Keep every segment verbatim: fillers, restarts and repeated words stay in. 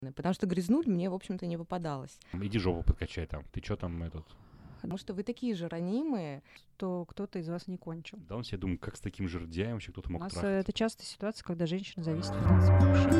Потому что грязнуль мне, в общем-то, не попадалось. Иди жопу подкачай там. Ты чё там этот... Потому что вы такие же ранимые, что кто-то из вас не кончил. Да, он себе думает, как с таким жердяем вообще кто-то мог У нас трахаться. это частая ситуация, когда женщина зависит финансово от мужчины.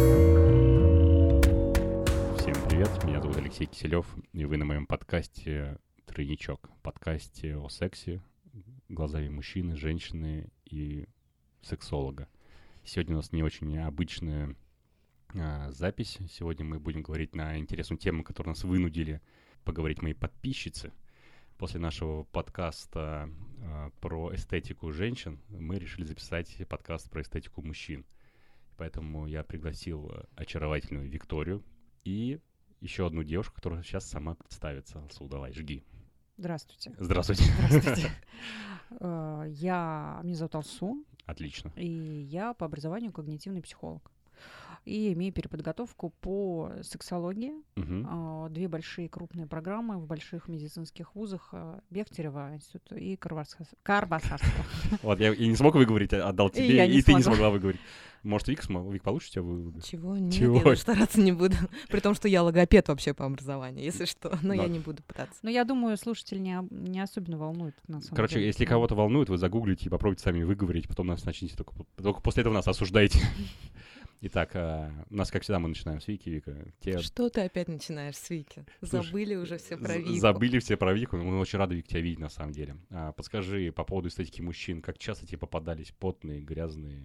Всем привет, меня зовут Алексей Киселев, и вы на моем подкасте «Тройничок». Подкасте о сексе глазами мужчины, женщины и сексолога. Сегодня у нас не очень обычная а, запись. Сегодня мы будем говорить на интересную тему, которую нас вынудили поговорить мои подписчицы. После нашего подкаста а, про эстетику женщин мы решили записать подкаст про эстетику мужчин. Поэтому я пригласил очаровательную Викторию и еще одну девушку, которая сейчас сама представится. Алсу, давай, жги. Здравствуйте. Здравствуйте. Здравствуйте. Я, меня зовут Алсу. Отлично. И я по образованию когнитивный психолог. И имею переподготовку по сексологии. Угу. Две большие крупные программы в больших медицинских вузах Бехтерева института и Карбасарского. Вот я и не смог выговорить, отдал тебе, и ты не смогла выговорить. Может, Вик смог? Вик, получше тебя выговорить? Чего? Нет, я даже стараться не буду. При том, что я логопед вообще по образованию, если что. Но я не буду пытаться. Но я думаю, слушатель не особенно волнует. Короче, если кого-то волнует, вы загуглите и попробуйте сами выговорить, потом нас начните только... Только после этого нас осуждайте. Итак, у нас, как всегда, мы начинаем с Вики. Вика, те... Что ты опять начинаешь с Вики? Забыли Слушай, уже все про Вику. Забыли все про Вику. Мы очень рады, Вик, тебя видеть, на самом деле. А, подскажи по поводу эстетики мужчин. Как часто тебе попадались потные, грязные,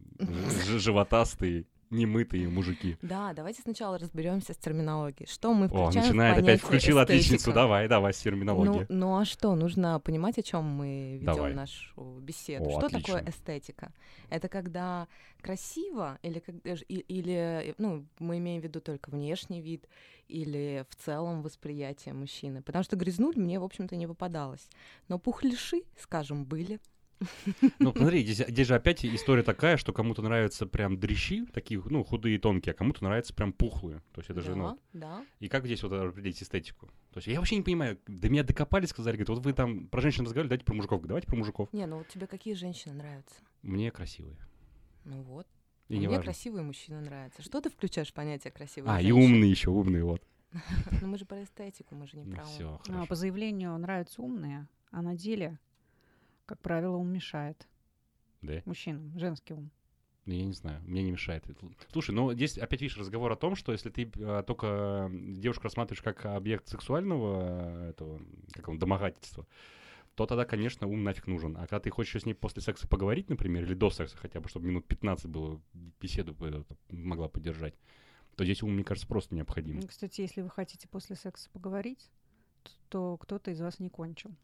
животастые, немытые мужики? Да, давайте сначала разберемся с терминологией. Что мы включаем О, начинает, в понятие опять включила эстетика. Отличницу. Давай, давай, с терминологией. Ну, ну а что? Нужно понимать, о чем мы ведем Давай. нашу беседу. О, что отлично. такое эстетика? Это когда красиво, или, или ну, мы имеем в виду только внешний вид, или в целом восприятие мужчины. Потому что грязнуль мне, в общем-то, не попадалось. Но пухляши, скажем, были. Ну, смотри, здесь, здесь же опять история такая, что кому-то нравятся прям дрищи, такие, ну, худые и тонкие, а кому-то нравятся прям пухлые. То есть это да, же, ну... Да. И как здесь вот определить эстетику? То есть я вообще не понимаю, до меня докопались, сказали, говорят, вот вы там про женщин разговаривали, давайте про мужиков. Давайте про мужиков. Не, ну вот тебе какие женщины нравятся? Мне красивые. Ну вот. И а мне важно. Красивые мужчины нравятся. Что ты включаешь в понятие красивые А, женщины? и умные еще, умные, вот. Ну мы же про эстетику, мы же не про ум. По заявлению нравятся умные, а на деле, как правило, ум мешает. Да? Мужчинам, женский ум. Я не знаю, мне не мешает. Слушай, ну здесь опять видишь разговор о том, что если ты а, только девушку рассматриваешь как объект сексуального а, этого, как он, домогательства, то тогда, конечно, ум нафиг нужен. А когда ты хочешь с ней после секса поговорить, например, или до секса хотя бы, чтобы минут пятнадцать было, беседу могла поддержать, то здесь ум, мне кажется, просто необходим. Кстати, если вы хотите после секса поговорить, то кто-то из вас не кончил.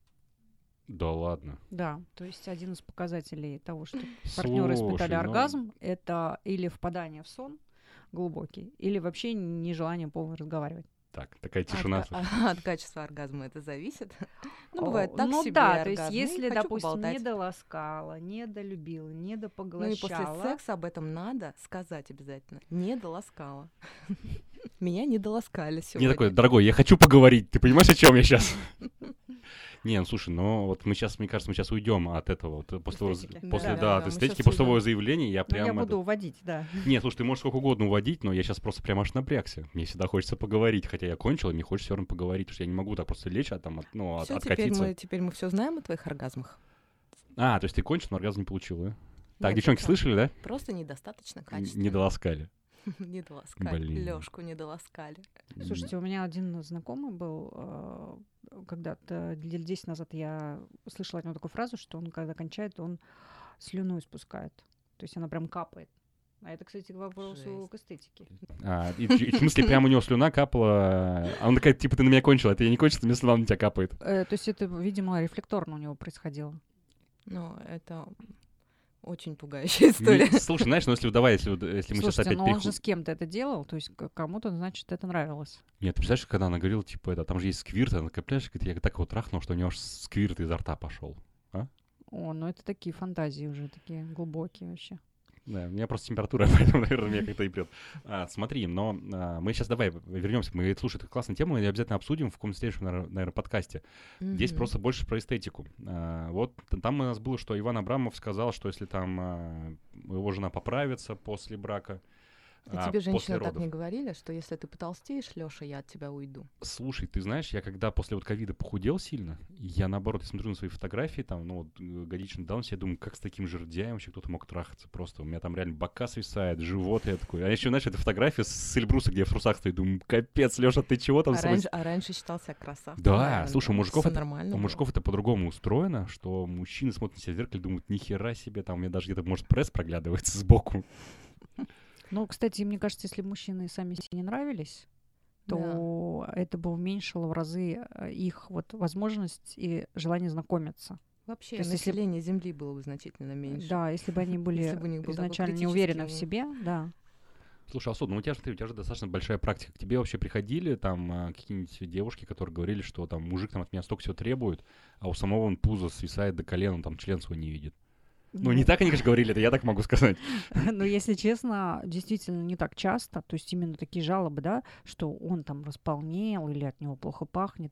Да ладно. Да, то есть один из показателей того, что партнеры испытали ну... оргазм, это или впадание в сон глубокий, или вообще нежелание полно разговаривать. Так, такая тишина. От, от, от качества оргазма это зависит? Ну, бывает так ну, себе да, оргазм. То есть если, ну, допустим, поболтать. не доласкала, не долюбила, не допоглощала... Ну и после секса об этом надо сказать обязательно. Не доласкала. Меня не доласкали сегодня. Не такой, дорогой, я хочу поговорить. Ты понимаешь, о чем я сейчас? Не, ну слушай, ну вот мы сейчас, мне кажется, мы сейчас уйдем от этого. Вот, после эстетики. после, Да, да, да, от да, эстетики, после твоего заявления я прям... Ну, я это... буду уводить, да. Нет, слушай, ты можешь сколько угодно уводить, но я сейчас просто прям аж напрягся. Мне всегда хочется поговорить, хотя я кончил, и мне хочется все равно поговорить, потому что я не могу так просто лечь, а там, от, ну, Всё, от, теперь откатиться. Мы, теперь мы все знаем о твоих оргазмах. А, то есть ты кончил, но оргазм не получил, да? Так, Нет, девчонки, это слышали, да? Просто недостаточно качественно. Не доласкали. Не доласкали. Лёшку не доласкали. Слушайте, у меня один знакомый был, когда-то лет десять назад я слышала от него такую фразу, что он, когда кончает, он слюну испускает. То есть она прям капает. А это, кстати, к вопросу Жесть. к эстетике. А, и, и, в смысле, прям у него слюна капала, а он такая, типа, ты на меня кончила, это я не кончил, мне слюна на тебя капает. Э, то есть это, видимо, рефлекторно у него происходило. Ну, это... Очень пугающая история. Не, слушай, знаешь, ну если давай, если, если мы Слушайте, сейчас опять но переход... он же с кем-то это делал, то есть кому-то, значит, это нравилось. Нет, ты представляешь, когда она говорила, типа, это, там же есть сквирт, она такая, понимаешь, говорит, я так его трахнул, что у него аж сквирт изо рта пошел. А? О, ну это такие фантазии уже, такие глубокие вообще. Да, у меня просто температура, поэтому, наверное, меня как-то и прет. А, смотри, но а, мы сейчас давай вернемся. Мы, слушай, это классная тема, мы ее обязательно обсудим в каком-то следующем, наверное, подкасте. Mm-hmm. Здесь просто больше про эстетику. А, вот там у нас было, что Иван Абрамов сказал, что если там а, его жена поправится после брака, А, а тебе женщины после так родов. не говорили, что если ты потолстеешь, Лёша, я от тебя уйду? Слушай, ты знаешь, я когда после вот ковида похудел сильно, я наоборот, я смотрю на свои фотографии, там, ну, вот, годичный даунс, я думаю, как с таким жердяем вообще кто-то мог трахаться просто. У меня там реально бока свисает, живот, я такой. А еще, знаешь, это фотография с Эльбруса, где я в трусах стою, думаю, капец, Лёша, ты чего там А, с собой? раньше, а раньше считал себя красавцем. Да, наверное, слушай, у мужиков, всё это, нормально у было. мужиков это по-другому устроено, что мужчины смотрят на себя в зеркало и думают, нихера себе, там у меня даже где-то, может, пресс проглядывается сбоку. Ну, кстати, мне кажется, если мужчины сами себе не нравились, то это бы уменьшило в разы э, их вот возможность и желание знакомиться. Вообще, То есть если- население Земли было бы значительно меньше. Да, если бы они были Если бы у них был такой изначально не критический уверены в ум. себе, да. Слушай, Асуд, ну у тебя же, ты- у тебя же достаточно большая практика. К тебе вообще приходили там а, какие-нибудь девушки, которые говорили, что там мужик там от меня столько всего требует, а у самого он пузо свисает до колен, он там член свой не видит. Ну, не так они, конечно, говорили, это я так могу сказать. Но если честно, действительно не так часто. То есть именно такие жалобы, да, что он там располнел или от него плохо пахнет.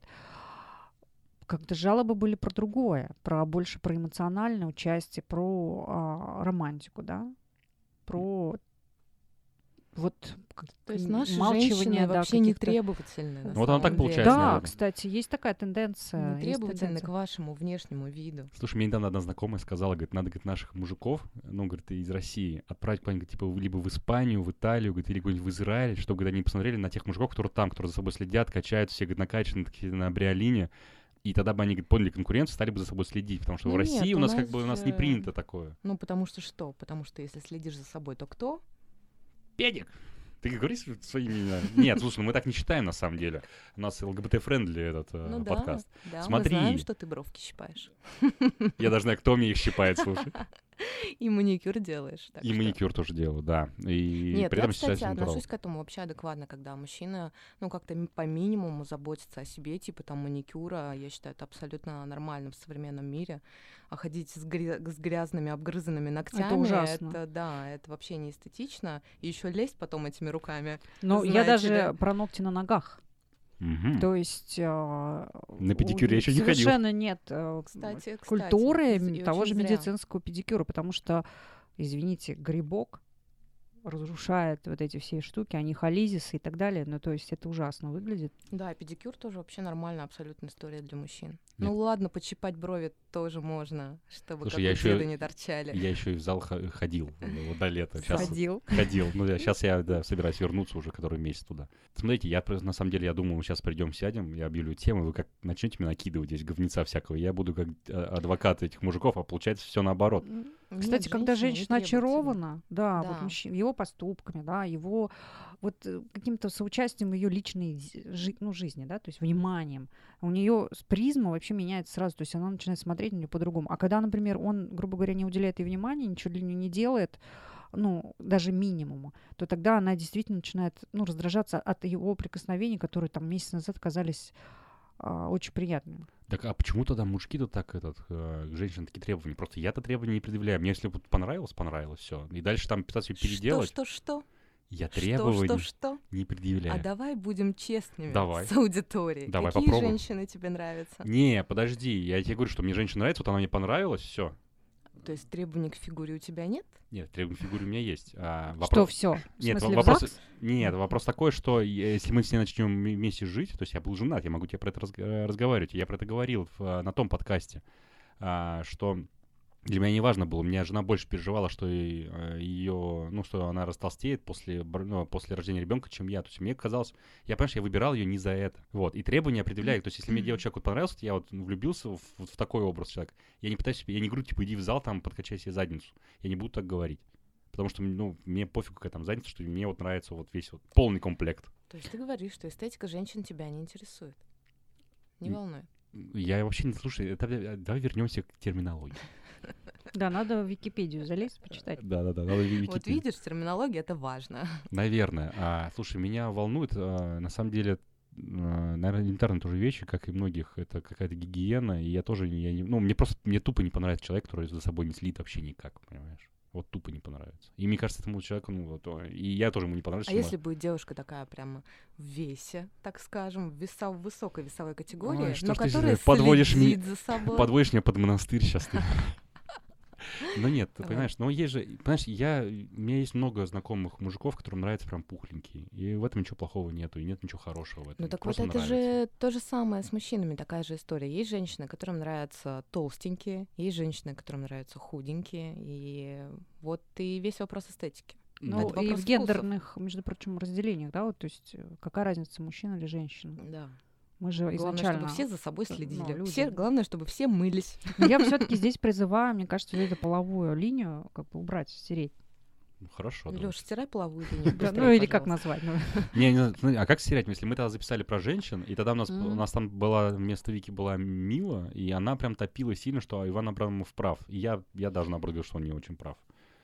Как-то жалобы были про другое, про больше про эмоциональное участие, про а, романтику, да, про вот как- То есть наши вмалчивание, женщины да, вообще не каких-то- требовательны. на Вот оно самом так деле. получается, Да, наверное. кстати, есть такая тенденция. Не есть требовательны тенденция. к вашему внешнему виду. Слушай, мне недавно одна знакомая сказала, говорит, надо, говорит, наших мужиков, ну, говорит, из России отправить куда-нибудь, типа, в- либо в Испанию, в Италию, говорит, или куда-нибудь в Израиль, чтобы, говорит, они посмотрели на тех мужиков, которые там, которые за собой следят, качают, все, говорит, накачаны такие на бриолине, и тогда бы они, говорит, поняли конкуренцию, стали бы за собой следить, потому что Ну в нет, России у у нас, нас как бы, у нас не же- принято такое. Ну, потому что что? Потому что если следишь за собой, то кто? Педик! Ты говоришь своими именами? Нет, слушай, ну мы так не считаем, на самом деле. У нас ЛГБТ-френдли этот э, Ну подкаст. да, да, Смотри. мы знаем, что ты бровки щипаешь. Я даже знаю, кто мне их щипает, слушай. И маникюр делаешь. так И что- маникюр тоже делаю, да. И Нет, при я, этом кстати, сейчас отношусь к этому вообще адекватно, когда мужчина, ну, как-то ми- по минимуму заботится о себе, типа там маникюра, я считаю, это абсолютно нормально в современном мире. А ходить с, гря- с грязными, обгрызанными ногтями, ужасно. это, да, это вообще не эстетично. И еще лезть потом этими руками. Но я знаете даже ли. про ногти на ногах. Мгм. То есть а, На у педикюр я них еще не ходил. совершенно нет э, Кстати, кстати, культуры из- м, и того же очень зря. медицинского педикюра, потому что, извините, грибок разрушает вот эти все штуки, они холизисы и так далее. Ну, то есть это ужасно выглядит. Да, педикюр тоже вообще нормальная абсолютно история для мужчин. Нет. Ну ладно, подщипать брови тоже можно, чтобы Слушай, как я у ещё- деда не торчали. Я еще и в зал х- ходил э, вот до лета. Сейчас Ходил. ходил. Ну, сейчас я да, собираюсь вернуться уже который месяц туда. Смотрите, я просто, на самом деле, я думаю, сейчас придем, сядем, я объявлю тему, вы как начнете мне накидывать здесь говнеца всякого, я буду как э, адвокат этих мужиков, а получается все наоборот. М, Нет, Кстати, когда женщины не женщина требовательны. очарована, да, Да. вот мужчина, его поступками, да, его вот э, каким-то соучастием в ее личной зи- жи- ну, жизни, да, то есть вниманием, у нее призма вообще меняется сразу, то есть она начинает смотреть на нее по-другому. А когда, например, он, грубо говоря, не уделяет ей внимания, ничего для нее не делает, ну, даже минимуму, то тогда она действительно начинает, ну, раздражаться от его прикосновений, которые там месяц назад казались а, очень приятными. Так а почему тогда мужики-то так этот, э, к женщинам такие требования? Просто я-то требования не предъявляю. Мне если вот понравилось, понравилось, все. И дальше там пытаться её переделать. Что, что, что? Я Что, требований что, что? не предъявляю. А давай будем честными Давай. с аудиторией. Давай Какие попробуем. женщины тебе нравятся? Не, подожди, я тебе говорю, что мне женщина нравится, вот она мне понравилась, все. То есть требований к фигуре у тебя нет? Нет, требования фигуры у меня есть. А, Что вопрос... все? Нет, в смысле, вопрос... в ЗАГС? Нет, вопрос такой, что я- если мы с ней начнем м- вместе жить, то есть я был женат, я могу тебе про это разг- э, разговаривать, я про это говорил в, а, на том подкасте, а, что для меня не важно было, у меня жена больше переживала, что ее, ну, что она растолстеет после, бр- ну, после рождения ребенка, чем я. То есть мне казалось, я, понимаешь, я выбирал ее не за это. Вот. И требования определяю. То есть если мне девочка человек вот понравился, я вот влюбился в, вот в такой образ человека, я не пытаюсь, я не говорю, типа, иди в зал, там, подкачай себе задницу. Я не буду так говорить. Потому что, ну, мне пофиг, какая там задница, что мне вот нравится вот весь вот полный комплект. То есть ты говоришь, что эстетика женщин тебя не интересует? Не М. волнует? Я вообще не слушай, это, э, давай вернемся к терминологии. Да, надо в Википедию залезть, почитать. Да, да, да, надо в Вот Википедию. видишь, терминология — это важно. Наверное. А, слушай, меня волнует, а, на самом деле, а, наверное, элементарно тоже вещи, как и многих, это какая-то гигиена, и я тоже, я не, ну, мне просто, мне тупо не понравится человек, который за собой не следит вообще никак, понимаешь? Вот тупо не понравится. И мне кажется, этому человеку, ну, вот, о, и я тоже ему не понравится. А что если будет девушка такая прямо в весе, так скажем, в, веса, в высокой весовой категории, Ой, что но ж ты которая подводишь следит меня- за собой? подводишь меня под монастырь сейчас ты. Ну нет, ты Вот. понимаешь, но есть же, понимаешь, я, у меня есть много знакомых мужиков, которым нравится прям пухленький, и в этом ничего плохого нету, и нет ничего хорошего в этом. Ну так Просто вот это нравится. же то же самое с мужчинами, такая же история. Есть женщины, которым нравятся толстенькие, есть женщины, которым нравятся худенькие, и вот и весь вопрос эстетики. Ну, Это и вопрос в вкусов. гендерных, между прочим, разделениях, да, вот, то есть э, какая разница, мужчина или женщина? Да. Мы же Главное, изначально... чтобы все за собой ну, следили. люди. Все, главное, чтобы все мылись. Но я все-таки здесь призываю, мне кажется, эту половую линию как бы убрать, стереть. Ну, хорошо. давай. Лёш, стирай половую линию. Да, быстрее, ну или как пожалуйста. назвать? ну. Не, не, смотри, а как стирать, если мы тогда записали про женщин, и тогда у нас, Мгм. у нас там была, вместо Вики была Мила, и она прям топила сильно, что Иван Абрамов прав. И я, я даже наоборот говорю, что он не очень прав.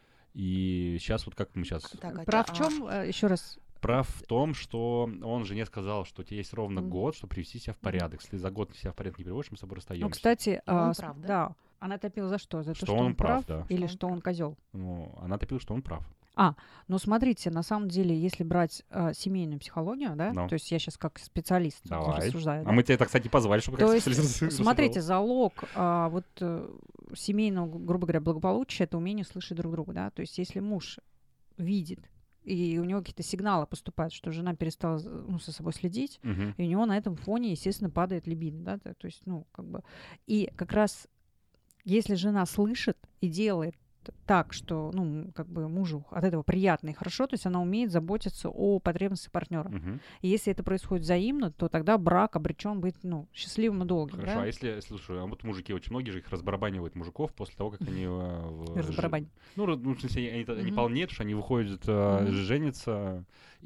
И сейчас вот как мы сейчас... Так, а Прав чё- в чем? Еще раз. Прав в том, что он жене сказал, что у тебя есть ровно Мгм. год, чтобы привести себя в порядок. Если за год себя в порядок не приводишь, мы с тобой расстаемся. Ну, кстати, И он а, с- прав, да? да, она топила за что? За то, Что что он он прав, прав, да. или Что он что он козел? Ну, она топила, что он прав. Но смотрите, на самом деле, если брать а, семейную психологию, да, Ну. то есть я сейчас как специалист Давай. рассуждаю, А да, мы тебя, так, кстати, позвали, чтобы То как есть, специалист смотрите, залог а, вот э, семейного, грубо говоря, благополучия — это умение слышать друг друга, да. То есть если муж видит, и у него какие-то сигналы поступают, что жена перестала ну, за собой следить, Мгм. и у него на этом фоне, естественно, падает либидо, да, то то есть, ну, как бы... И как раз если жена слышит и делает так, что, ну, как бы мужу от этого приятно и хорошо, то есть она умеет заботиться о потребностях партнера. Мгм. И если это происходит взаимно, то тогда брак обречен быть, ну, счастливым и долгим. Хорошо, да? а если, если, слушай, а вот мужики, очень многие же их разбарабанивают мужиков после того, как они... э, в- Разбарабань. Ну, раз- ну, в смысле, они, они Мгм. полнеют, что они выходят, э, Мгм. женятся,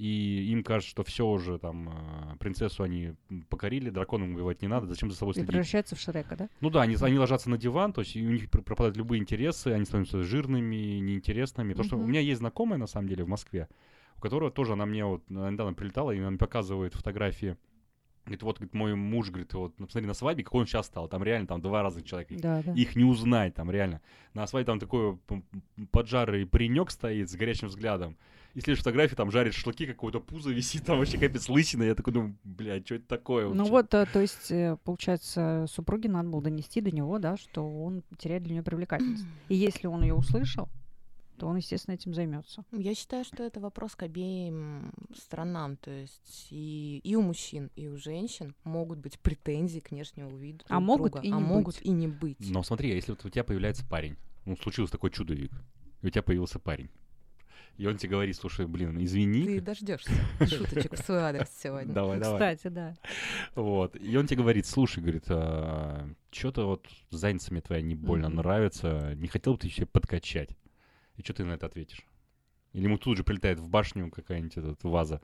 и им кажется, что все уже, там, э, принцессу они покорили, драконом убивать не надо, зачем за собой И следить? превращается в Шрека, да? Ну да, они, они ложатся на диван, то есть и у них пр- пропадают любые интересы, они становятся жирными, неинтересными. Потому что у Мгм. меня есть знакомая, на самом деле, в Москве, у которой тоже она мне вот она недавно прилетала, и она мне показывает фотографии. Говорит, вот, говорит, мой муж, говорит, вот, ну, посмотри на свадьбе, какой он сейчас стал. Там реально там два разных человека. Да, да. Их не узнать, там реально. На свадьбе там такой п- п- поджарый паренек стоит с горячим взглядом. И следующая фотография, там жарит шашлыки, какое-то пузо висит, там вообще капец лысина. Я такой думаю, блядь, что это такое Ну вообще? вот, э, то есть, э, получается, супруге надо было донести до него, да, что он теряет для нее привлекательность. И если он ее услышал, то он, естественно, этим займется. Я считаю, что это вопрос к обеим сторонам. То есть и, и у мужчин, и у женщин могут быть претензии к внешнему виду А друг могут друга, и а не могут быть. и не быть. Но смотри, а если вот у тебя появляется парень, ну, случилось такое чудо, Вик, и у тебя появился парень, и он тебе говорит, слушай, блин, извини, Ты дождешься шуточек в свой адрес сегодня. давай, давай, Кстати, да. вот, и он тебе говорит, слушай, говорит, что-то вот задница мне твоя не больно Мгм. нравится, не хотел бы ты себе подкачать, и что ты на это ответишь? Или ему тут же прилетает в башню какая-нибудь этот, ваза?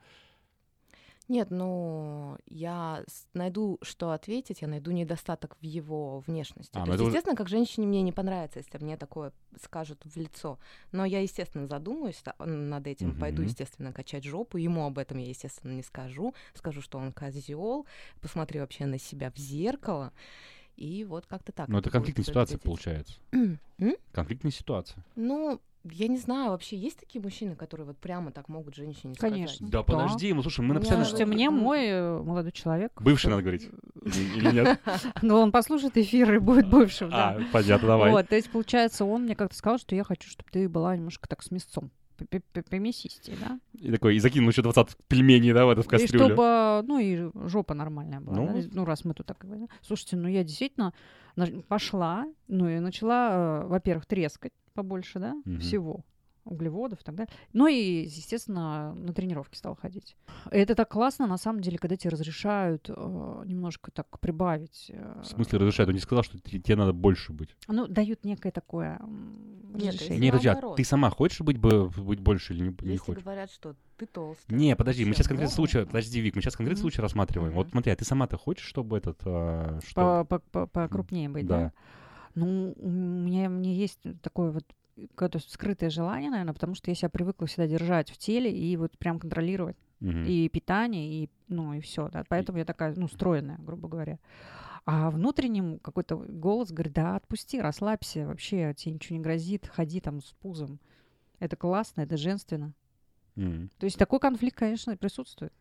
Нет, ну я с- найду, что ответить, я найду недостаток в его внешности. А, То ну есть, это уже- естественно, как женщине мне не понравится, если мне такое скажут в лицо. Но я, естественно, задумаюсь та- над этим, пойду, Мгм. естественно, качать жопу. Ему об этом я, естественно, не скажу. Скажу, что он козел, посмотрю вообще на себя в зеркало. И вот как-то так. Ну, это будет конфликтная ситуация выглядеть. получается. М? Конфликтная ситуация. Ну, я не знаю, вообще есть такие мужчины, которые вот прямо так могут женщине Конечно. сказать? Да, Да. подожди, ну слушай, мы У меня написали... Слушайте, М. мне мой э, молодой человек... Бывший, всё- надо говорить. Или или нет? Ну, он послушает эфир и будет бывшим, да. А, понятно, давай. Вот, то есть, получается, он мне как-то сказал, что я хочу, чтобы ты была немножко так с мясцом. п- п- Помесистее, да? И такой, и закинул еще двадцать пельменей, да, в эту в И кастрюлю. чтобы, ну, и жопа нормальная была. Ну. да, ну, раз мы тут так говорим. Слушайте, ну, я действительно на- пошла, ну, и начала, э, во-первых, трескать побольше, да, Мгм. всего. Углеводов и так далее. Ну и, естественно, на тренировки стала ходить. И это так классно, на самом деле, когда тебе разрешают э, немножко так прибавить. э, В смысле разрешает? Он не сказал, что те- тебе надо больше быть. Ну, дают некое такое м, Нет, разрешение. если Не, подожди, а наоборот. ты сама хочешь быть, бы- быть больше или не, не Если хочешь? говорят, что ты толстый. Не, подожди, мы вообще сейчас конкретный могут. случай, подожди, Вик, мы сейчас конкретный Мгм. случай рассматриваем. Вот Мгм. смотри, а ты сама-то хочешь, чтобы этот, а, что... По- по- по- Покрупнее быть, да? Да. Ну, у меня, мне есть такое вот какое-то скрытое желание, наверное, потому что я себя привыкла всегда держать в теле и вот прям контролировать Мгм. и питание, и, ну, и все, да. Поэтому я такая, ну, стройная, грубо говоря. А внутренним какой-то голос говорит, да, отпусти, расслабься, вообще тебе ничего не грозит, ходи там с пузом. Это классно, это женственно. Мгм. То есть такой конфликт, конечно, присутствует.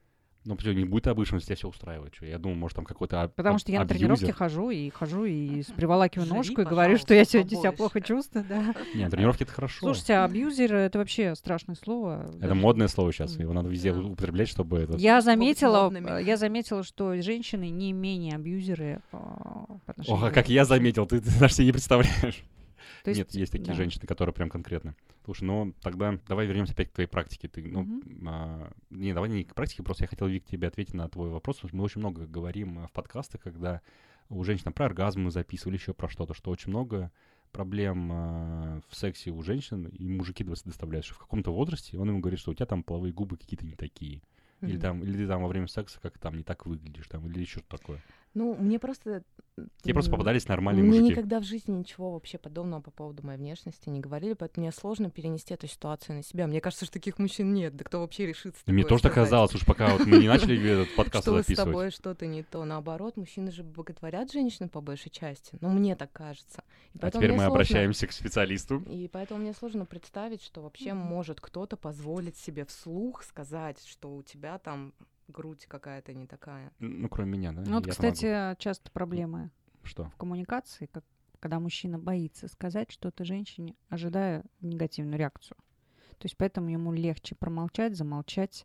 Ну, почему не будет обычным, если тебя все устраивает? Что? Я думаю, может, там какой-то аб- Потому что я на абьюзер. тренировке хожу и хожу и с- приволакиваю Живи, ножку и говорю, что я пожалуйста, сегодня себя побольше. плохо чувствую, да. Нет, тренировки — это хорошо. Слушайте, а абьюзер — это вообще страшное слово. Это Даже- модное слово сейчас, Мгм. его надо везде Да. употреблять, чтобы это... Я быть заметила, модными. я заметила, что женщины не менее абьюзеры по, по отношению Ох, а к как я мужчинам. заметил, ты, ты даже себе не представляешь. То Нет, есть такие да. женщины, которые прям конкретно. Слушай, ну тогда давай вернемся опять к твоей практике. Ты, ну, Мгм. а, не, давай не к практике, просто я хотел, Вик, тебе ответить на твой вопрос, потому что мы очень много говорим а, в подкастах, когда у женщин там про оргазм мы записывали, еще про что-то, что очень много проблем а, в сексе у женщин, и мужики дос- доставляют, что в каком-то возрасте он ему говорит, что у тебя там половые губы какие-то не такие. Или Мгм. там, или ты там во время секса как там не так выглядишь, там, или еще что-то такое. Ну, мне просто... Тебе просто м, попадались нормальные Мне мужики. никогда в жизни ничего вообще подобного по поводу моей внешности не говорили, поэтому мне сложно перенести эту ситуацию на себя. Мне кажется, что таких мужчин нет. Да кто вообще решится И мне такое тоже так сказать? казалось, уж пока вот мы не начали этот подкаст Что с записывать. тобой что-то не то. Наоборот, мужчины же боготворят женщин по большей части. Ну, мне так кажется. И А поэтому теперь мне мы сложно- обращаемся к специалисту. И поэтому мне сложно представить, что вообще Мгм. может кто-то позволить себе вслух сказать, что у тебя там грудь какая-то не такая. Ну, кроме меня, да? Ну вот, Я-то кстати, часто проблемы могу. Что? в коммуникации, как, когда мужчина боится сказать что-то женщине, ожидая негативную реакцию. То есть поэтому ему легче промолчать, замолчать,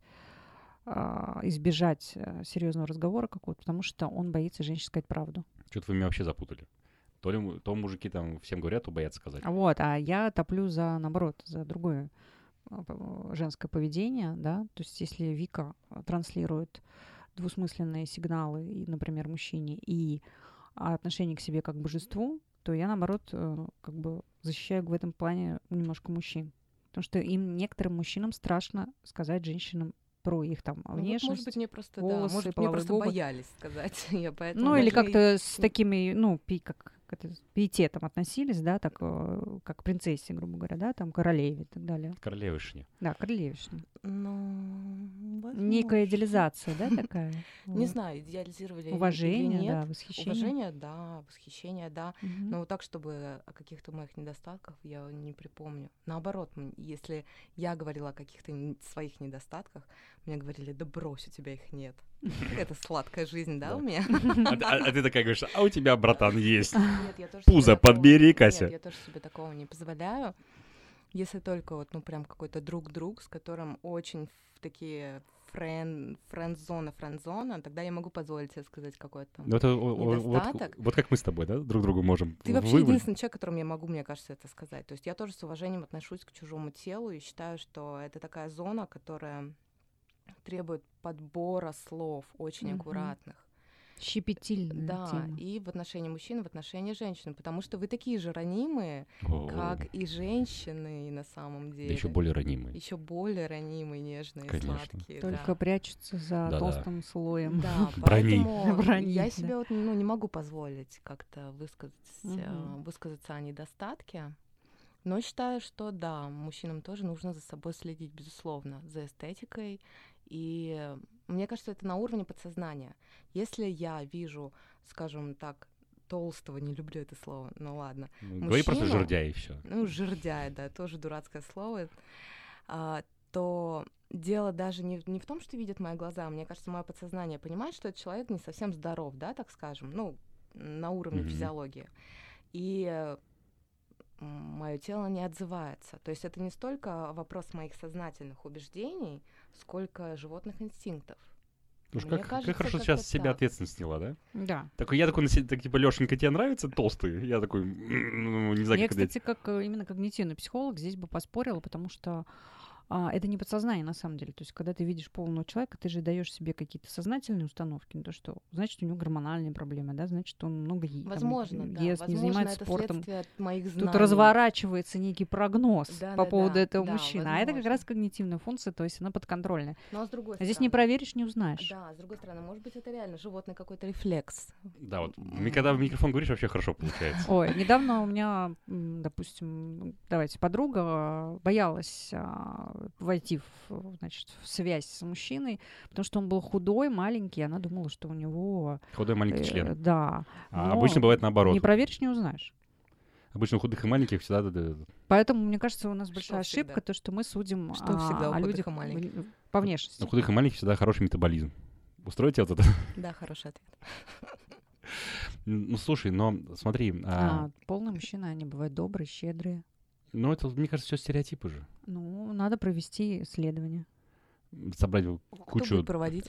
а, избежать а, серьезного разговора какого-то, потому что он боится женщине сказать правду. Что-то вы меня вообще запутали. То ли му- то мужики там всем говорят, то боятся сказать. Вот, а я топлю за, наоборот, за другое а, п- женское поведение, да, то есть если Вика а, транслирует двусмысленные сигналы, и, например, мужчине, и а, отношение к себе как к божеству, то я, наоборот, э, как бы защищаю в этом плане немножко мужчин. Потому что им, некоторым мужчинам, страшно сказать женщинам про их там Ну, вот, внешность. может быть, мне просто, да, волосы, может, мне половые просто губы. боялись сказать. Я поэтому Ну, или даже и- как-то с и- такими, ну, пи, как, как это, с пиететом относились, да, так, э, как к принцессе, грубо говоря, да, там, королеве и так далее. Королевишне. Да, королевишна. Ну, Некая возможно. идеализация, да, такая? Не Вот. знаю, идеализировали или Уважение, нет. да, восхищение. Уважение, да, восхищение, да. Мгм. Но вот так, чтобы о каких-то моих недостатках я не припомню. Наоборот, м, если я говорила о каких-то н- своих недостатках, мне говорили, да брось, у тебя их нет. Это сладкая жизнь, да, Да. у меня? А, т- а- а ты такая говоришь, а у тебя, братан, есть. Нет, я тоже Пузо себе такого- подбери, нет, Кася. я тоже себе такого не позволяю. Если только вот, ну, прям какой-то друг-друг, с которым очень в такие френ, френд-зона, френд-зона, тогда я могу позволить себе сказать какой-то. Ну, это о- о- вот, Недостаток. вот как мы с тобой, да, друг другу можем. Ты вообще вы- единственный человек, которому я могу, мне кажется, это сказать. То есть я тоже с уважением отношусь к чужому телу и считаю, что это такая зона, которая требует подбора слов очень Мгм. аккуратных. Щепетильная Да, тема. и в отношении мужчин, и в отношении женщин, потому что вы такие же ранимые, О, как и женщины на самом да деле. еще более ранимые. Еще более ранимые, нежные, Конечно. сладкие. Только да. прячутся за Да-да. толстым слоем. Да, Брони. поэтому Брони, я да. себе вот, ну, не могу позволить как-то высказать, э, Мгм. высказаться о недостатке. Но считаю, что да, мужчинам тоже нужно за собой следить, безусловно, за эстетикой. И э, мне кажется, это на уровне подсознания. Если я вижу, скажем так, толстого, не люблю это слово, ну ладно, Ну, Говори просто мужчину- жердяй и все. ну, жердяй, да, тоже дурацкое слово, а, то дело даже не, в- не в том, что видят мои глаза. Мне кажется, мое подсознание понимает, что этот человек не совсем здоров, да, так скажем, ну, на уровне Мгм. физиологии. И мое тело не отзывается. То есть это не столько вопрос моих сознательных убеждений, сколько животных инстинктов. Слушай, Мне как, кажется, как хорошо как-то сейчас с себя так. ответственность сняла, да? Да. Такой, я такой, на се- так, типа, Лёшенька, тебе нравится толстый? Я такой, «М, ну, не знаю, Я, как это... кстати, как э, именно когнитивный психолог здесь бы поспорила, потому что а, это не подсознание на самом деле. То есть, когда ты видишь полного человека, ты же даешь себе какие-то сознательные установки. Ну, то, что значит, у него гормональные проблемы, да, значит, он много е- там, Возможно, да. ест, не Возможно, занимается это спортом. следствие от моих знаний. Тут разворачивается некий прогноз Да, по да, поводу да, этого да, мужчины. А это как возможно. раз когнитивная функция, то есть она подконтрольная. Но с другой А здесь стороны, не проверишь, не узнаешь. Да, с другой стороны, может быть, это реально животный какой-то рефлекс. Да, вот, ми- когда в микрофон говоришь, вообще хорошо получается. Ой, недавно у меня, м, допустим, давайте, подруга а, боялась а, войти в, значит, в связь с мужчиной, потому что он был худой, маленький, и она думала, что у него... Худой маленький э, член. Да. А но обычно бывает наоборот. Не проверишь, не узнаешь. Обычно у худых и маленьких всегда... да, да, да. Поэтому, мне кажется, у нас Что большая всегда? ошибка, то, что мы судим Что а, всегда у о худых людях и маленьких? в- по внешности. У худых и маленьких всегда хороший метаболизм. Устроить вот это? Да, хороший ответ. Ну, слушай, но смотри... А, полные мужчины, они бывают добрые, щедрые. Ну, это, мне кажется, все стереотипы же. Ну, надо провести исследование. Собрать Кто кучу... будет проводить?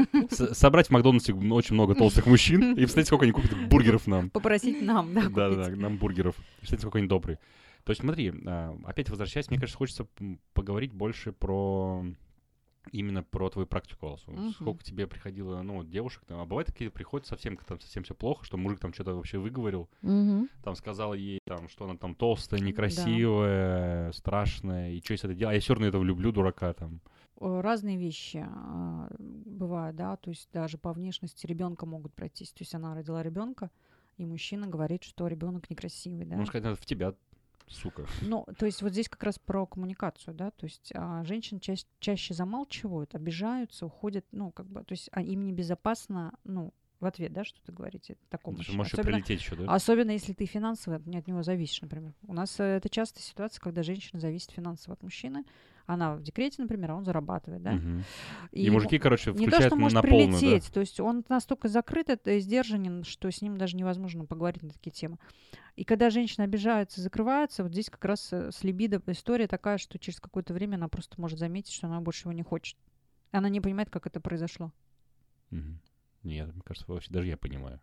С- Собрать в Макдональдсе очень много толстых мужчин и посмотреть, сколько они купят бургеров нам. Попросить нам, да, купить. Да-да-да, нам бургеров. Представьте, сколько они добрые. То есть смотри, а, опять возвращаясь, мне кажется, хочется м, поговорить больше про именно про твою практику, Алсу. Мгм. Сколько тебе приходило, ну, вот девушек, там, а бывает такие приходят совсем, там совсем все плохо, что мужик там что-то вообще выговорил, Мгм. там сказал ей, там, что она там толстая, некрасивая, страшная, и что если это делать, а я все равно этого люблю, дурака там. Э, Разные вещи а, бывают, да, то есть даже по внешности ребенка могут пройтись. То есть она родила ребенка, и мужчина говорит, что ребенок некрасивый, да. Можно сказать, надо в тебя, сука. Ну, то есть вот здесь как раз про коммуникацию, да, то есть а, женщин ча- чаще замалчивают, обижаются, уходят, ну, как бы, то есть а, им небезопасно, ну, в ответ, да, что-то говорите такому Потому что мужчине. можешь ещё Особенно, прилететь еще, да? особенно если ты финансово от от него зависишь, например. У нас э, это частая ситуация, когда женщина зависит финансово от мужчины, она в декрете, например, а он зарабатывает, да. Мгм. И, И мужики, короче, не то, включают что может на полную, да? прилететь, то есть он настолько закрыт и сдержанен, что с ним даже невозможно поговорить на такие темы. И когда женщина обижается, закрывается, вот здесь как раз э, с либидо история такая, что через какое-то время она просто может заметить, что она больше его не хочет. Она не понимает, как это произошло. Мгм. Нет, мне кажется, вообще даже я понимаю.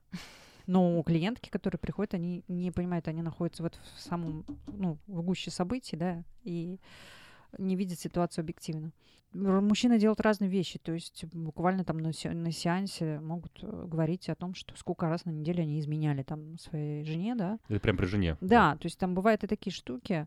Но клиентки, которые приходят, они не понимают, они находятся вот в самом, ну, в гуще событий, да, и не видят ситуацию объективно. Р- Мужчины делают разные вещи, то есть буквально там на, се- на сеансе могут э, говорить о том, что сколько раз на неделю они изменяли там своей жене, да. Это прям при жене. Да, то есть там бывают и такие штуки.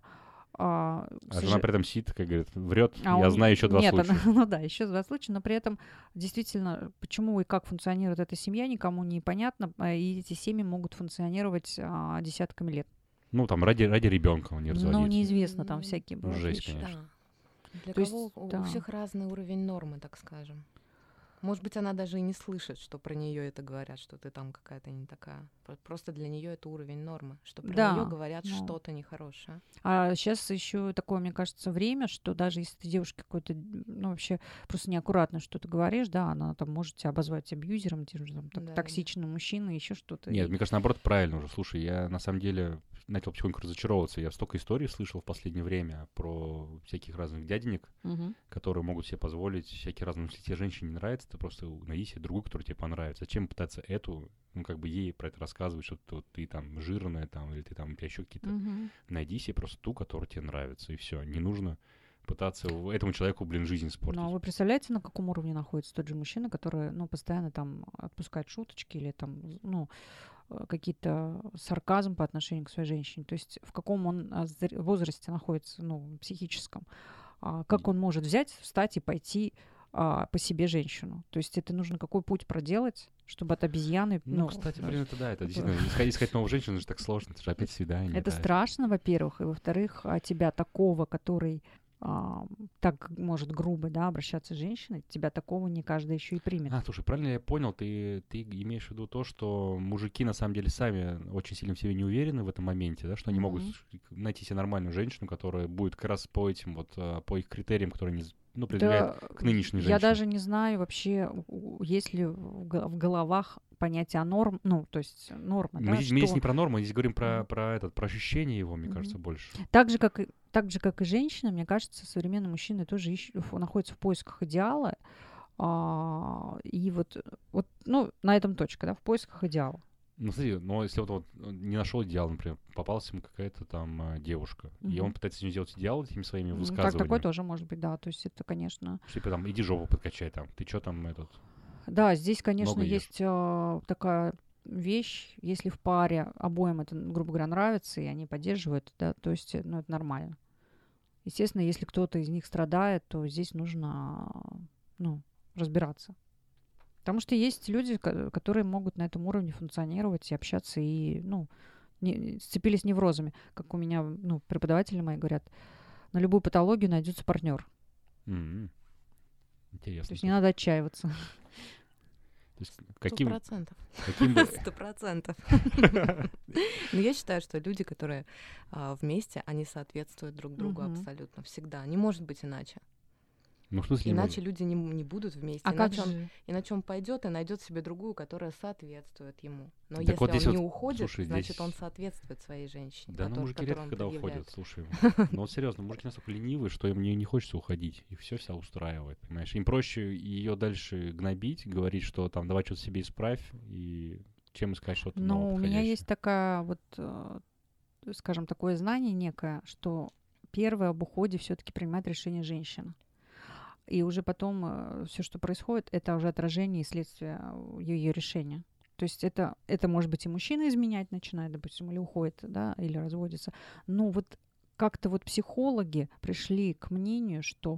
А, к А сожа- жена при этом сидит, как говорит, врет. а Я он- знаю еще два Нет, случая. она- ну да, еще два случая, но при этом действительно, почему и как функционирует эта семья, никому не понятно, а, и эти семьи могут функционировать а, десятками лет. Ну, там, ради, ради ребенка он не Ну, разводится. неизвестно, там М, всякие бывают жесть, вещи. конечно. Да. Для То есть, кого у- да. у всех разный уровень нормы, так скажем. Может быть, она даже и не слышит, что про нее это говорят, что ты там какая-то не такая. Про- Просто для нее это уровень нормы, что про Да, нее говорят ну. что-то нехорошее. А сейчас еще такое, мне кажется, время, что даже если ты девушке какой-то, ну, вообще просто неаккуратно что-то говоришь, да, она там может тебя обозвать абьюзером, тем же там, так- Да-да-да. токсичным мужчиной, еще что-то. Нет, И- мне кажется, наоборот, правильно уже. Слушай, я на самом деле начал потихоньку разочаровываться. Я столько историй слышал в последнее время про всяких разных дяденек, Мгм. которые могут себе позволить всякие разные... Если тебе женщине не нравится, ты просто найди себе другую, которая тебе понравится. Зачем пытаться эту, ну, как бы ей про это рассказывать, что ты, вот, ты там жирная, там, или ты там, у тебя еще какие-то... Мгм. Найди себе просто ту, которая тебе нравится, и все. Не нужно пытаться в- этому человеку, блин, жизнь испортить. Ну, а вы представляете, на каком уровне находится тот же мужчина, который, ну, постоянно там отпускает шуточки или там, ну, э, какие-то сарказм по отношению к своей женщине? То есть в каком он а, зр- возрасте находится, ну, психическом? А, как он может взять, встать и пойти а, по себе женщину? То есть это нужно какой путь проделать, чтобы от обезьяны... Ну, кстати, блин, это да, это действительно, искать, искать новую женщину, это же так сложно, это же опять свидание. Это да. страшно, во-первых, и во-вторых, а тебя такого, который а, так может грубо, да, обращаться с женщиной, тебя такого не каждый еще и примет. А, слушай, правильно я понял, ты, ты имеешь в виду то, что мужики на самом деле сами очень сильно в себе не уверены в этом моменте, да, что они могут Мгм. ш- найти себе нормальную женщину, которая будет как раз по этим вот, а, по их критериям, которые они, з- ну, предъявляют Да, к нынешней я женщине. даже не знаю вообще, у- у- есть ли в го- в головах понятие норм, ну, то есть норма, Мы, да, здесь, мы здесь что- не про норму, мы здесь говорим про, Мгм. про, этот, про ощущение его, мне Мгм. кажется, больше. Так же, как и, так же, как и женщина, мне кажется, современные мужчины тоже ищут, ф- находятся в поисках идеала. а, и вот, вот, ну, на этом точка, да, в поисках идеала. Ну, смотри, но если вот, вот он не нашел идеал, например, попалась ему какая-то там а, девушка, и Мгм. он пытается с нее сделать идеал этими своими Ну, высказываниями. так, такое тоже может быть, да, то есть это, конечно... Что, типа там, иди жопу подкачай там, ты что там этот... Да, здесь, конечно, Много ешь. есть а, такая вещь, если в паре обоим это, грубо говоря, нравится, и они поддерживают, да, то есть, ну, это нормально. Естественно, если кто-то из них страдает, то здесь нужно, ну, разбираться. Потому что есть люди, ко- которые могут на этом уровне функционировать и общаться, и, ну, не, сцепились неврозами. Как у меня, ну, преподаватели мои говорят, на любую патологию найдется партнер. М-м. Интересно. То есть не надо отчаиваться. То есть Сто каким, процентов. каким бы... Сто процентов. Но я считаю, что люди, которые а, вместе, они соответствуют друг другу Мгм. абсолютно всегда. Не может быть иначе. Ну, в смысле, Иначе люди не, не будут вместе. А как иначе, он, же? иначе он пойдет и найдет себе другую, которая соответствует ему. Но Так если вот он здесь не вот, уходит, слушай, значит, здесь- он соответствует своей женщине. Да, ну котор- мужики которой редко он когда предъявляет. уходят, слушай. Ну вот серьезно, мужики настолько ленивые, что им не, не хочется уходить. И все вся устраивает, понимаешь? Им проще ее дальше гнобить, говорить, что там давай что-то себе исправь, и чем искать что-то Ну, новое, у меня подходящее. есть такая вот, э, скажем, такое знание некое, что первое об уходе все-таки принимает решение женщина. И уже потом все, что происходит, это уже отражение и следствие ее решения. То есть это, это может быть и мужчина изменять начинает, допустим, или уходит, да, или разводится. Но вот как-то вот психологи пришли к мнению, что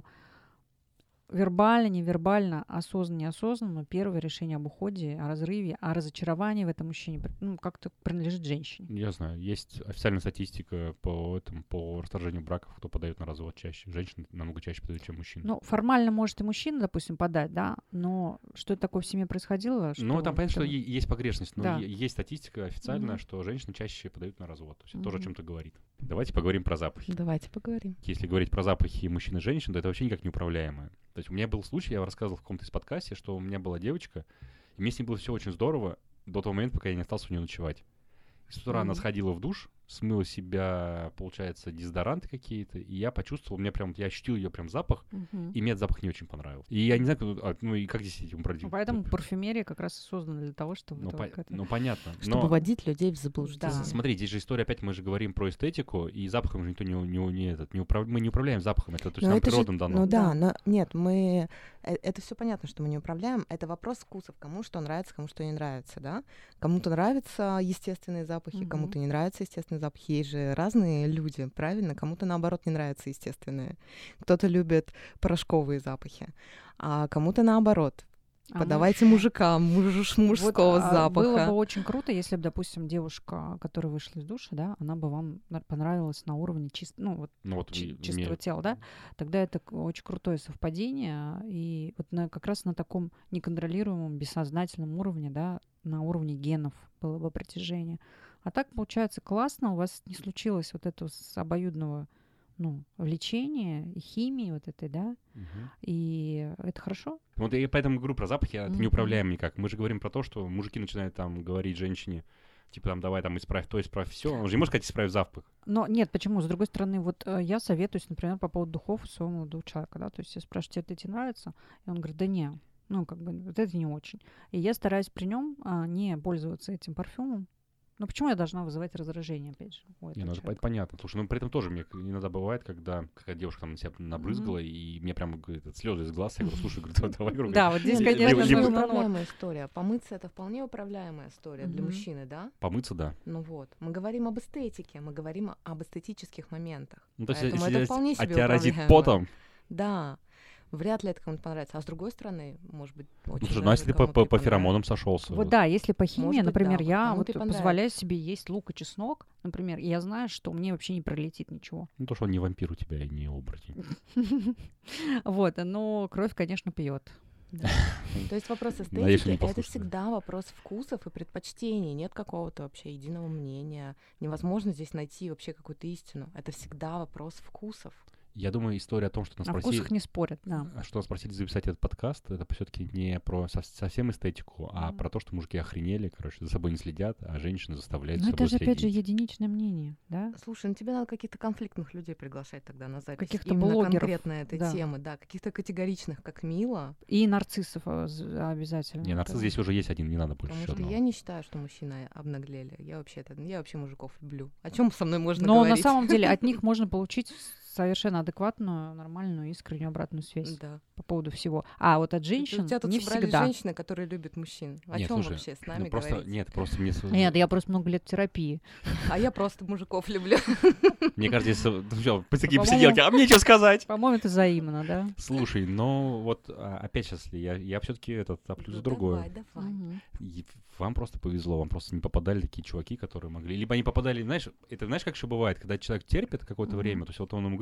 вербально, невербально, осознанно, неосознанно первое решение об уходе, о разрыве, о разочаровании в этом мужчине, ну, как-то принадлежит женщине. Я знаю, есть официальная статистика по этому, по расторжению браков, кто подает на развод чаще. Женщины намного чаще подают, чем мужчины. Ну, формально может и мужчина, допустим, подать, да, но что такое в семье происходило? Что Ну, там понятно, что это- е- есть погрешность, но Да. е- есть статистика официальная, Мгм. что женщины чаще подают на развод. То есть это тоже о Мгм. чем-то говорит. Давайте поговорим про запахи. Давайте поговорим. Если говорить про запахи мужчин и женщин, то это вообще никак не управляемое. То есть у меня был случай, я рассказывал в каком-то из подкасте, что у меня была девочка, и мне с ней было все очень здорово до того момента, пока я не остался у нее ночевать. И с утра она Мгм. сходила в душ, смыла с себя, получается, дезодоранты какие-то, и я почувствовал, у меня прям, я ощутил ее прям запах, Мгм. и мне этот запах не очень понравился. И я не знаю, как- а, ну и как здесь этим управлять? Ну, Поэтому парфюмерия как раз и создана для того, чтобы Ну, это по- вот как-то- ну, понятно. Чтобы но... вводить людей в заблуждение. Да. Смотри, здесь же история, опять мы же говорим про эстетику, и запахом же никто не, не, не, этот, не управ... мы не управляем запахом, это то есть Но нам это же- природным дано. Ну да, Да. но нет, мы... э, Это все понятно, что мы не управляем. Это вопрос вкусов. Кому что нравится, кому что не нравится, да? Кому-то нравятся естественные запахи, Мгм. кому-то не нравятся естественные запахи. Есть же разные люди, правильно? Кому-то, наоборот, не нравятся естественные. Кто-то любит порошковые запахи, а кому-то наоборот. А Подавайте мужикам муж, мужского Вот, а, запаха. Было бы очень круто, если бы, допустим, девушка, которая вышла из душа, да, она бы вам на- понравилась на уровне чис- ну, вот, Ну, вот чи- и- чистого мне- тела, да, тогда это к- очень крутое совпадение. И вот на, как раз на таком неконтролируемом, бессознательном уровне, да, на уровне генов было бы притяжение. А так, получается, классно, у вас не случилось вот этого с обоюдного, ну, влечения и химии вот этой, да, Мгм. и это хорошо. Вот я поэтому говорю про запахи, а это Мгм. не управляем никак. Мы же говорим про то, что мужики начинают там говорить женщине, типа там, давай там исправь то, исправь все. Он же не может сказать, исправь запах. Но нет, почему? С другой стороны, вот э, я советуюсь, например, по поводу духов у своего молодого человека, да, то есть я спрашиваю, тебе эти нравятся? И он говорит, да не, ну, как бы, вот это не очень. И я стараюсь при нем не пользоваться этим парфюмом. Но почему я должна вызывать раздражение, опять же, у Не, этого ну это человека? понятно. Слушай, ну при этом тоже мне иногда бывает, когда какая-то девушка там на себя набрызгала, и мне прям говорит, слезы из глаз. Я говорю, слушай, говорю, давай, давай, говорю, Да, вот здесь, Либо- конечно, либо- нужно управляемая история. Помыться — это вполне управляемая история для Мгм. мужчины, да? помыться, да. Ну вот. Мы говорим об эстетике, мы говорим об эстетических моментах. Ну, то есть, Поэтому если это вполне от себе тебя разит управляемо. потом, Да. Вряд ли это кому-то понравится. А с другой стороны, может быть, ну, очень слушай, ну, а даже если ты по, кому-то по, и по феромонам сошелся. Вот да, если по химии, Может быть, например, да, вот я кому-то вот и понравится. позволяю себе есть лук и чеснок, например, и я знаю, что мне вообще не пролетит ничего. Ну, то, что он не вампир у тебя и не оборотень. Вот, но кровь, конечно, пьет. Да. То есть вопрос Надеюсь, эстетики они — это послушают. всегда вопрос вкусов и предпочтений. Нет какого-то вообще единого мнения. Невозможно здесь найти вообще какую-то истину. Это всегда вопрос вкусов. Я думаю, история о том, что нас О спросили, вкусах не спорят, да. а что нас просили записать этот подкаст, это все-таки не про со- совсем эстетику, а Мгм. про то, что мужики охренели, короче, за собой не следят, а женщины заставляют Но за это собой же, опять же, следить. единичное мнение, да? Слушай, ну тебе надо каких-то конфликтных людей приглашать тогда на запись. Каких-то Именно блогеров, конкретно этой да. темы, да. Каких-то категоричных, как Мила. И нарциссов а, з- обязательно. Не, нарцисс Это- здесь уже есть один, не надо больше Потому еще что одного. я не считаю, что мужчины обнаглели. Я вообще, это, я вообще мужиков люблю. О чем со мной можно Но говорить? на самом деле от них можно получить совершенно адекватную, нормальную, искреннюю обратную связь Да. по поводу всего. А вот от женщин У тебя тут не собрались всегда. женщины, которые любят мужчин. О Нет, чем слушай, вообще с нами ну, просто, говорить? нет, просто мне... с- Нет, я просто много лет в терапии. А я просто мужиков люблю. Мне кажется, здесь... э, ну, всё, такие По-моему- посиделки, а мне что сказать? По-моему, это взаимно, да? Слушай, ну вот а, опять сейчас я, я все-таки этот топлю за Ну, другое. Давай, давай. Мгм. И вам просто повезло, вам просто не попадали такие чуваки, которые могли. Либо они попадали, знаешь, это знаешь, как еще бывает, когда человек терпит какое-то Мгм. время, то есть вот он ему говорит,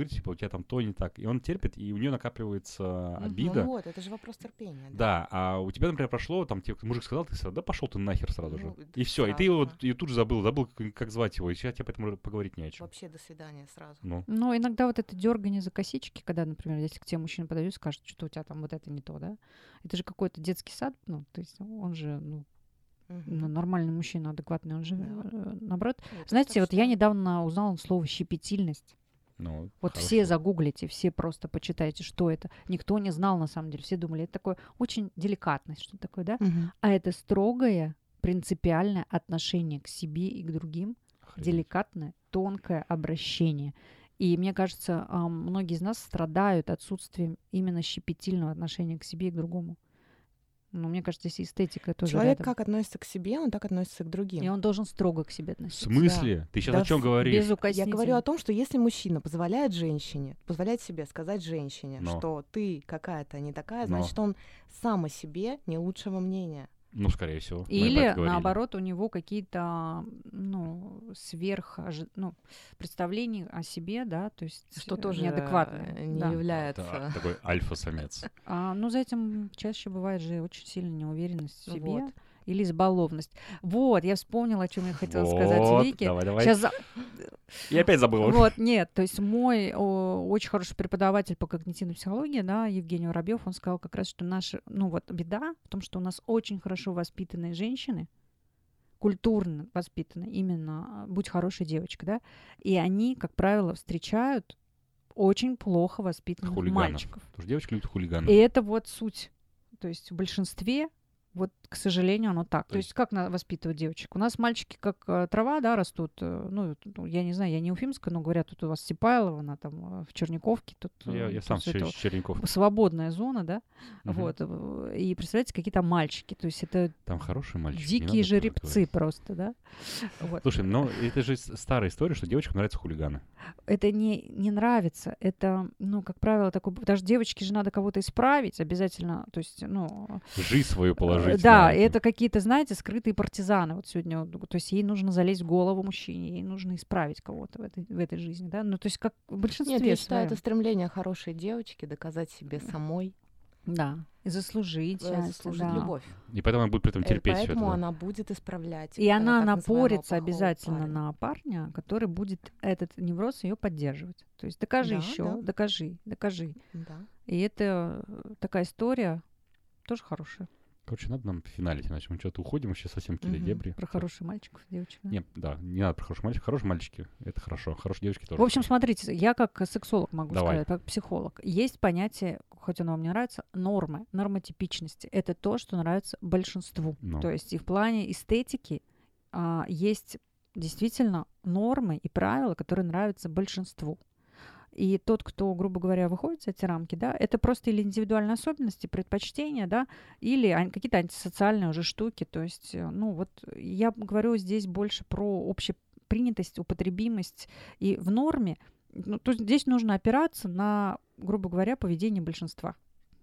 говорит, типа, у тебя там то не так. И он терпит, и у нее накапливается обида. Ну вот, это же вопрос терпения. Да, да, а у тебя, например, прошло, там, тебе мужик сказал, ты сказал, да пошел ты нахер сразу же. Ну, И все, и ты сразу, его да. и тут же забыл, забыл, как, как звать его, и сейчас тебе поэтому поговорить не о чем. Вообще до свидания сразу. Ну, Но иногда вот это дергание за косички, когда, например, если к тебе мужчина подойдет и скажет, что у тебя там вот это не то, да, это же какой-то детский сад, ну, то есть он же, ну, Мгм. ну, нормальный мужчина, адекватный, он же, Да. э, наоборот. Я тоже Знаете, так вот я считаю. недавно узнала слово «щепетильность». ну, Вот хорошо. все загуглите, все просто почитайте, что это. Никто не знал, на самом деле. Все думали, это такое очень деликатность, что такое, да? Мгм. А это строгое, принципиальное отношение к себе и к другим, Охренеть. деликатное, тонкое обращение. И мне кажется, а, многие из нас страдают отсутствием именно щепетильного отношения к себе и к другому. Ну, мне кажется, здесь эстетика тоже Человек рядом. как относится к себе, он так относится к другим. И он должен строго к себе В относиться. смысле? Ты сейчас Да о чем в- говоришь? Без Я укоснительно. говорю о том, что если мужчина позволяет женщине, позволяет себе сказать женщине, Но. что ты какая-то не такая, Но. значит, он сам о себе не лучшего мнения. Ну, скорее всего. мы про Или, это говорили. наоборот, у него какие-то, ну, сверх, ожи- ну, представления о себе, да, то есть Что э, тоже неадекватные. э, не да. является... Это такой альфа-самец. А, ну, за этим чаще бывает же очень сильная неуверенность в себе Вот. или избалованность. Вот, я вспомнила, о чем я хотела сказать Вот, Вике. давай, давай. Сейчас Я опять забыл. Вот, нет, то есть мой о, очень хороший преподаватель по когнитивной психологии, да, Евгений Воробьев, он сказал как раз, что наша, ну вот, беда в том, что у нас очень хорошо воспитанные женщины, культурно воспитанные, именно, будь хорошей девочкой, да, и они, как правило, встречают очень плохо воспитанных Хулиганов. мальчиков. Потому что девочки любят хулиганов. И это вот суть. То есть в большинстве, вот, к сожалению, оно так. То, То есть как на- воспитывать девочек? У нас мальчики как э, трава, да, растут. э, Ну, ну, я не знаю, я не уфимская, но говорят, тут у вас Сипайлова, она там э, в Черниковке. Тут, Я, э, я тут сам всё с это Чер- Черенков. свободная зона, да. Мгм. Вот. э, И представляете, какие-то мальчики. То есть это Там хорошие мальчики. не дикие надо жеребцы этого просто, да. Вот. говорить. Слушай, ну это же с- старая история, что девочкам нравятся хулиганы. Это не, не нравится. Это, ну, как правило, такой... Даже девочке же надо кого-то исправить обязательно. То есть, ну... Жизнь свою положить. Э, Да, на это какие-то, знаете, скрытые партизаны. Вот сегодня, вот, то есть ей нужно залезть в голову мужчине, ей нужно исправить кого-то в этой, в этой жизни, да. Ну, то есть как в большинстве Нет, я считаю, своем. это стремление хорошей девочки доказать себе самой, Да, и заслужить э, счастье, заслужить да. любовь. И поэтому она будет при этом Э, терпеть все Поэтому это. да. она будет исправлять. И э, она так называемого напорится плохого обязательно парня. на парня, который будет этот невроз ее поддерживать. То есть докажи Да, еще, да. докажи, докажи. Да. И это э, такая история тоже хорошая. Короче, надо нам финалить, иначе мы что-то уходим вообще совсем в какие-то Мгм. дебри. Про хороших мальчиков, девочек. да. Нет, да, не надо про хороших мальчиков. Хорошие мальчики — это хорошо. Хорошие девочки тоже. В общем, смотрите, я как сексолог могу Давай. сказать, как психолог. Есть понятие, хоть оно вам не нравится, нормы, нормотипичности. Это то, что нравится большинству. Ну. То есть и в плане эстетики а, есть действительно нормы и правила, которые нравятся большинству. И тот, кто, грубо говоря, выходит за эти рамки, да, это просто или индивидуальные особенности, предпочтения, да, или ан- какие-то антисоциальные уже штуки. То есть, э, ну вот я говорю здесь больше про общепринятость, употребимость. И в норме, ну, то есть здесь нужно опираться на, грубо говоря, поведение большинства.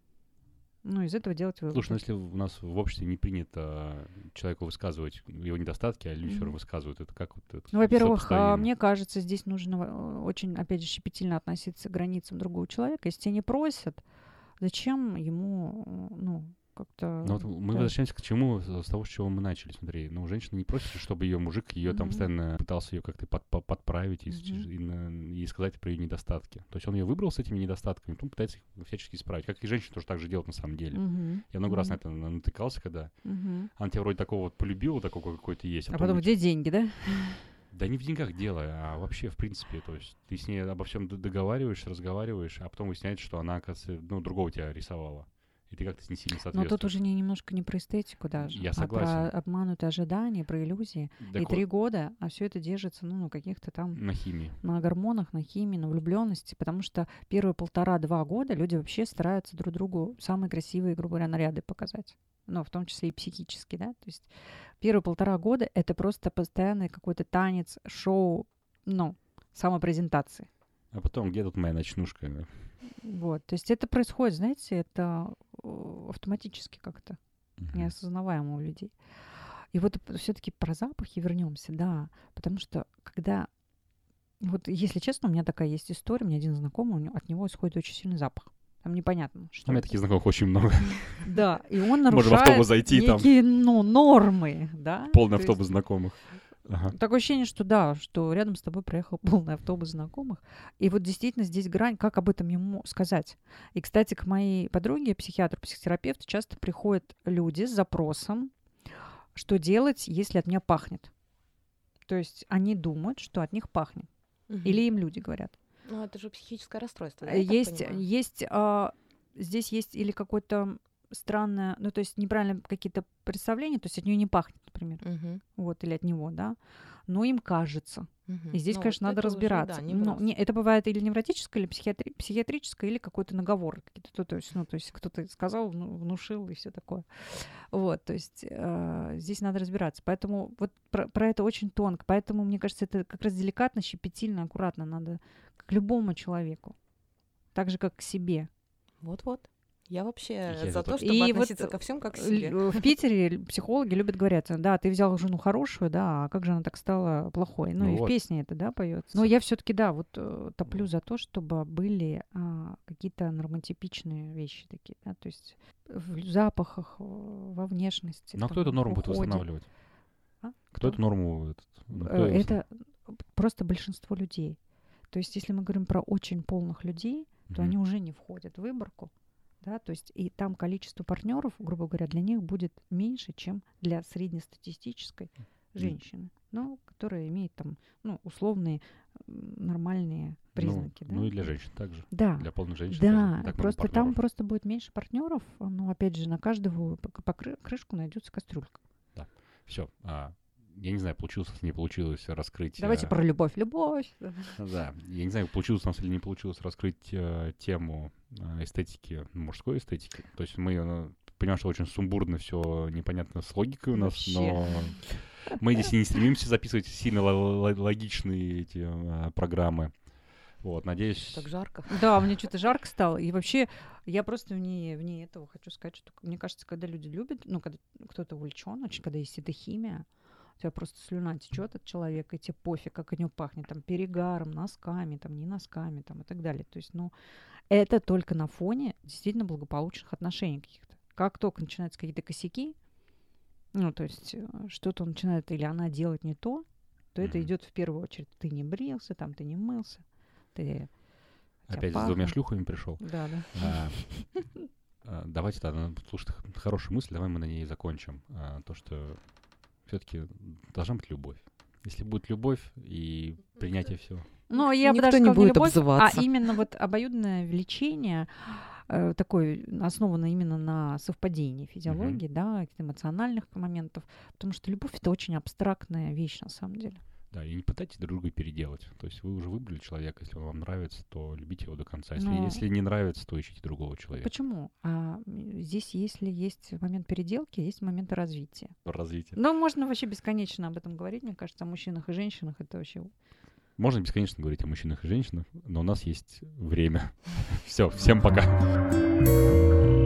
Ну, из этого делать выводы. Слушай, ну если у нас в обществе не принято человеку высказывать его недостатки, а люди все равно Мгм. высказывают, это как вот это Ну, во-первых, а, сопоставимо? мне кажется, здесь нужно э, очень, опять же, щепетильно относиться к границам другого человека. Если тебя не просят, зачем ему, э, ну, как-то... Ну вот мы да. возвращаемся к чему, с с того, с чего мы начали. Смотри, ну, женщина не просит, чтобы ее мужик ее там Мгм. постоянно пытался ее как-то под- по- подправить и, с- Мгм. и на- и сказать про ее недостатки. То есть он ее выбрал с этими недостатками, потом пытается их всячески исправить. Как и женщина тоже так же делает на самом деле. Мгм. Я много раз на Мгм. это на- натыкался, когда Мгм. она тебя вроде такого вот полюбила, такого какой ты есть. А потом, где деньги, да? Да не в деньгах дело, а вообще в принципе. То есть ты с ней обо всем договариваешься, разговариваешь, а потом выясняется, что она, оказывается, ну, другого тебя рисовала. И ты как-то с ней сильно Но соответствуешь. тут уже не, немножко не про эстетику даже, Я а согласен. про обманутые ожидания, про иллюзии. Так И вот, три года, а все это держится, ну, на каких-то там, на химии. на гормонах, на химии, на влюбленности, потому что первые полтора-два года люди вообще стараются друг другу самые красивые, грубо говоря, наряды показать. Ну, в том числе и психически, да. То есть первые полтора года это просто постоянный какой-то танец, шоу, ну, самопрезентации. А потом, где тут моя ночнушка? Вот. То есть это происходит, знаете, это э, автоматически как-то. Мгм. Неосознаваемо у людей. И вот все-таки про запахи вернемся, да, потому что когда Вот, если честно, у меня такая есть история. У меня один знакомый, у него- от него исходит очень сильный запах. Там непонятно, что У меня это. таких знакомых очень много. Да, и он Можно в нарушает автобус зайти, там некие, ну, нормы, да. полный То автобус есть знакомых. Ага. такое ощущение, что да, что рядом с тобой проехал полный автобус знакомых. И вот действительно здесь грань, как об этом ему сказать. И, кстати, к моей подруге, психиатру, психотерапевту, часто приходят люди с запросом, что делать, если от меня пахнет. То есть они думают, что от них пахнет. Мгм. Или им люди говорят. Ну, это же психическое расстройство, да, я так Есть, понимаю? есть, а, здесь есть или какое-то странное, ну, то есть неправильно какие-то представления, то есть от нее не пахнет, например, Мгм. вот, или от него, да, но им кажется. Мгм. И здесь, Ну, конечно, вот надо это уже, разбираться. да, не Ну, раз. не, это бывает или невротическое, или психиатри- психиатрическое, или какой-то наговор. какие-то, то есть, ну, то есть кто-то сказал, ну, внушил и все такое. Вот, то есть э, здесь надо разбираться. Поэтому вот про, про это очень тонко. Поэтому, мне кажется, это как раз деликатно, щепетильно, аккуратно надо к любому человеку. Так же, как к себе. Вот-вот. Я вообще Я за за то, то. чтобы И вот, относиться ко всем как к себе. Л- В Питере психологи любят говорить, да, ты взял жену хорошую, да, а как же она так стала плохой? Ну, Ну и вот. в песне это, да, поется. Но я все-таки, да, вот э, топлю за то, чтобы были а, какие-то нормотипичные вещи такие, да, то есть в запахах, э, во внешности. Ну а там, кто эту норму в будет уходе. восстанавливать? А? Кто Кто? эту норму... этот, ну, кто Э, её Это просто большинство людей. То есть если мы говорим про очень полных людей, то Мгм. они уже не входят в выборку. Да, то есть и там количество партнеров, грубо говоря, для них будет меньше, чем для среднестатистической женщины, ну, которая имеет там, ну, условные м, нормальные признаки. Ну, да? ну и для женщин также. Да, Для полных женщин тоже не да, так много просто там партнеров. просто будет меньше партнеров, но опять же на каждого по, по кры- крышку найдется кастрюлька. Все. Я не знаю, получилось или не получилось раскрыть... Давайте э, про любовь, любовь. Да, я не знаю, получилось у нас или не получилось раскрыть э, тему э, эстетики, мужской эстетики. То есть мы э, понимаем, что очень сумбурно все непонятно с логикой у нас, Вообще. но мы здесь не стремимся записывать сильно ло- ло- логичные эти э, программы. Вот, надеюсь... Так жарко. Да, мне что-то жарко стало. И вообще, я просто вне, вне этого хочу сказать, что мне кажется, когда люди любят, ну, когда кто-то увлечен, очень, когда есть эта химия, у тебя просто слюна течет от человека, и тебе пофиг, как от него пахнет, там, перегаром, носками, там, не носками, там, и так далее. То есть, ну, это только на фоне действительно благополучных отношений каких-то. Как только начинаются какие-то косяки, ну, то есть, э, что-то он начинает или она делать не то, то это Мгм. идет в первую очередь. Ты не брился, там, ты не мылся, ты... у тебя Опять с двумя пахнет. шлюхами пришел. Да, да. А, а, Давайте, да, ну, слушай, х- хорошая мысль, давай мы на ней закончим. А, То, что все-таки должна быть любовь. Если будет любовь и принятие всего. Но Ник- я бы никто даже не сказала, не будет любовь, обзываться. а именно вот обоюдное влечение, э, такое, основано именно на совпадении физиологии, да, каких-то эмоциональных моментов, потому что любовь — это очень абстрактная вещь на самом деле. Да, и не пытайтесь друг друга переделать. То есть вы уже выбрали человека, если он вам нравится, то любите его до конца. Если, Но- если не нравится, то ищите другого человека. Почему? А м, здесь, если есть момент переделки, есть моменты развития. Развитие. Ну, можно вообще бесконечно об этом говорить, мне кажется, о мужчинах и женщинах. Это вообще... Можно бесконечно говорить о мужчинах и женщинах, но у нас есть время. Все, всем пока.